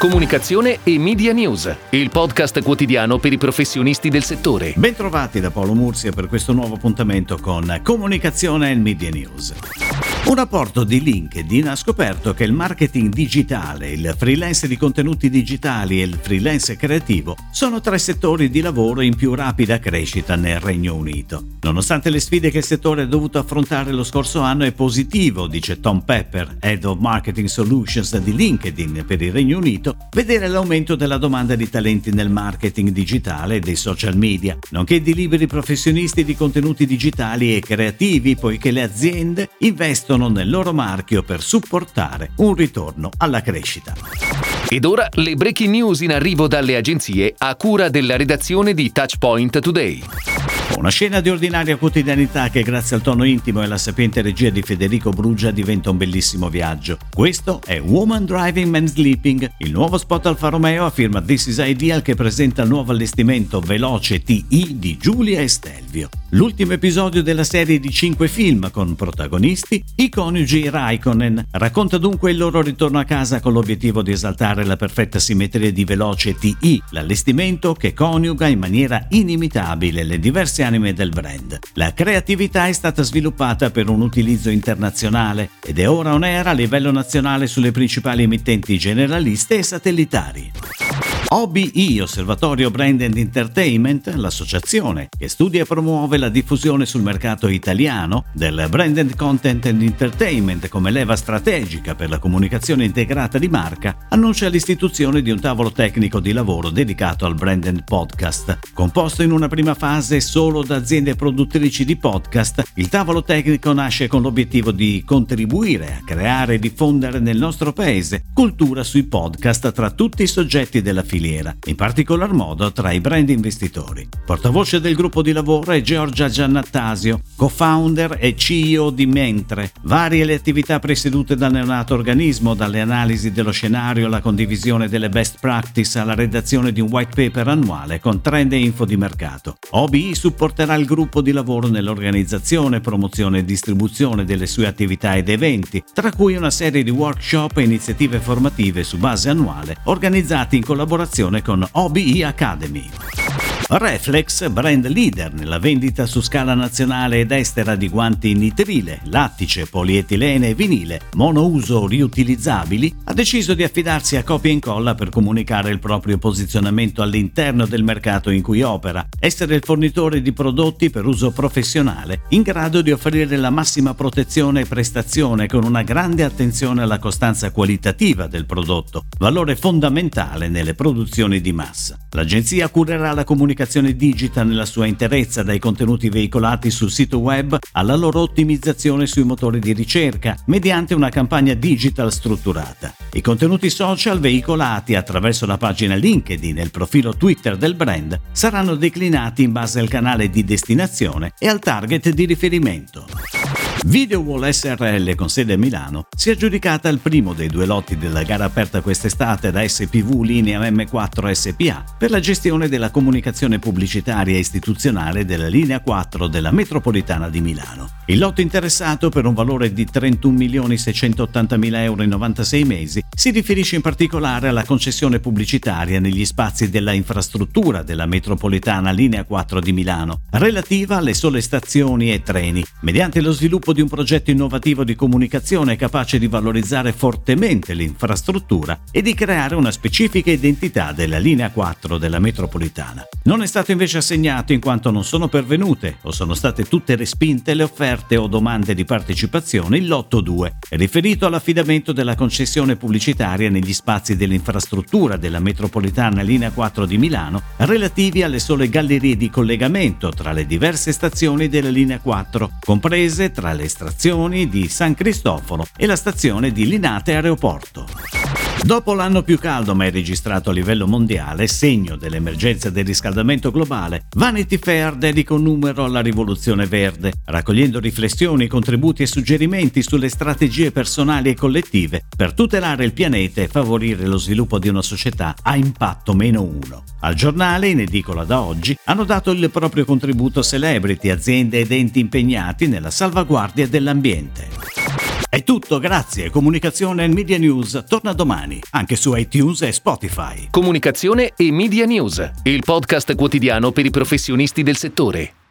Comunicazione e Media News, il podcast quotidiano per i professionisti del settore. Bentrovati da Paolo Murcia per questo nuovo appuntamento con Comunicazione e Media News. Un rapporto di LinkedIn ha scoperto che il marketing digitale, il freelance di contenuti digitali e il freelance creativo sono tra i settori di lavoro in più rapida crescita nel Regno Unito. Nonostante le sfide che il settore ha dovuto affrontare lo scorso anno, è positivo, dice Tom Pepper, Head of Marketing Solutions di LinkedIn per il Regno Unito, vedere l'aumento della domanda di talenti nel marketing digitale e dei social media, nonché di liberi professionisti di contenuti digitali e creativi, poiché le aziende investono nel loro marchio per supportare un ritorno alla crescita. Ed ora le breaking news in arrivo dalle agenzie a cura della redazione di Touchpoint Today. Una scena di ordinaria quotidianità che grazie al tono intimo e alla sapiente regia di Federico Brugia diventa un bellissimo viaggio. Questo è Woman Driving Man Sleeping, il nuovo spot Alfa Romeo a firma This Is Ideal che presenta il nuovo allestimento veloce TI di Giulia e Stelvio. L'ultimo episodio della serie di 5 film con protagonisti i coniugi Raikkonen racconta dunque il loro ritorno a casa con l'obiettivo di esaltare la perfetta simmetria di Veloce TI, l'allestimento che coniuga in maniera inimitabile le diverse anime del brand. La creatività è stata sviluppata per un utilizzo internazionale ed è ora on air a livello nazionale sulle principali emittenti generaliste e satellitari. OBI, Osservatorio Brand and Entertainment, l'associazione che studia e promuove la diffusione sul mercato italiano del brand and content and entertainment come leva strategica per la comunicazione integrata di marca, annuncia l'istituzione di un tavolo tecnico di lavoro dedicato al brand and podcast. Composto in una prima fase solo da aziende produttrici di podcast, il tavolo tecnico nasce con l'obiettivo di contribuire a creare e diffondere nel nostro paese cultura sui podcast tra tutti i soggetti della filiera, in particolar modo tra i brand investitori. Portavoce del gruppo di lavoro è Giorgia Giannattasio, co-founder e CEO di Mentre. Varie le attività presiedute dal neonato organismo, dalle analisi dello scenario alla condivisione delle best practice alla redazione di un white paper annuale con trend e info di mercato. OBI supporterà il gruppo di lavoro nell'organizzazione, promozione e distribuzione delle sue attività ed eventi, tra cui una serie di workshop e iniziative formative su base annuale organizzati in collaborazione con OBI Academy. Reflex, brand leader nella vendita su scala nazionale ed estera di guanti in nitrile, lattice, polietilene e vinile monouso riutilizzabili, ha deciso di affidarsi a copia e incolla per comunicare il proprio posizionamento all'interno del mercato in cui opera, essere il fornitore di prodotti per uso professionale in grado di offrire la massima protezione e prestazione con una grande attenzione alla costanza qualitativa del prodotto, valore fondamentale nelle produzioni di massa. L'agenzia curerà la comunicazione digital nella sua interezza, dai contenuti veicolati sul sito web alla loro ottimizzazione sui motori di ricerca mediante una campagna digital strutturata. I contenuti social veicolati attraverso la pagina LinkedIn e il profilo Twitter del brand saranno declinati in base al canale di destinazione e al target di riferimento. Videowall SRL con sede a Milano si è aggiudicata il primo dei 2 lotti della gara aperta quest'estate da SPV Linea M4 SPA per la gestione della comunicazione pubblicitaria e istituzionale della Linea 4 della metropolitana di Milano. Il lotto interessato, per un valore di 31.680.000 euro in 96 mesi, si riferisce in particolare alla concessione pubblicitaria negli spazi della infrastruttura della metropolitana Linea 4 di Milano, relativa alle sole stazioni e treni, mediante lo sviluppo di un progetto innovativo di comunicazione capace di valorizzare fortemente l'infrastruttura e di creare una specifica identità della linea 4 della metropolitana. Non è stato invece assegnato in quanto non sono pervenute o sono state tutte respinte le offerte o domande di partecipazione il lotto 2, riferito all'affidamento della concessione pubblicitaria negli spazi dell'infrastruttura della metropolitana linea 4 di Milano relativi alle sole gallerie di collegamento tra le diverse stazioni della linea 4, comprese tra le stazioni di San Cristoforo e la stazione di Linate Aeroporto. Dopo l'anno più caldo mai registrato a livello mondiale, segno dell'emergenza del riscaldamento globale, Vanity Fair dedica un numero alla rivoluzione verde, raccogliendo riflessioni, contributi e suggerimenti sulle strategie personali e collettive per tutelare il pianeta e favorire lo sviluppo di una società a impatto -1. Al giornale, in edicola da oggi, hanno dato il proprio contributo celebrity, aziende ed enti impegnati nella salvaguardia dell'ambiente. È tutto, grazie. Comunicazione e Media News torna domani, anche su iTunes e Spotify. Comunicazione e Media News, il podcast quotidiano per i professionisti del settore.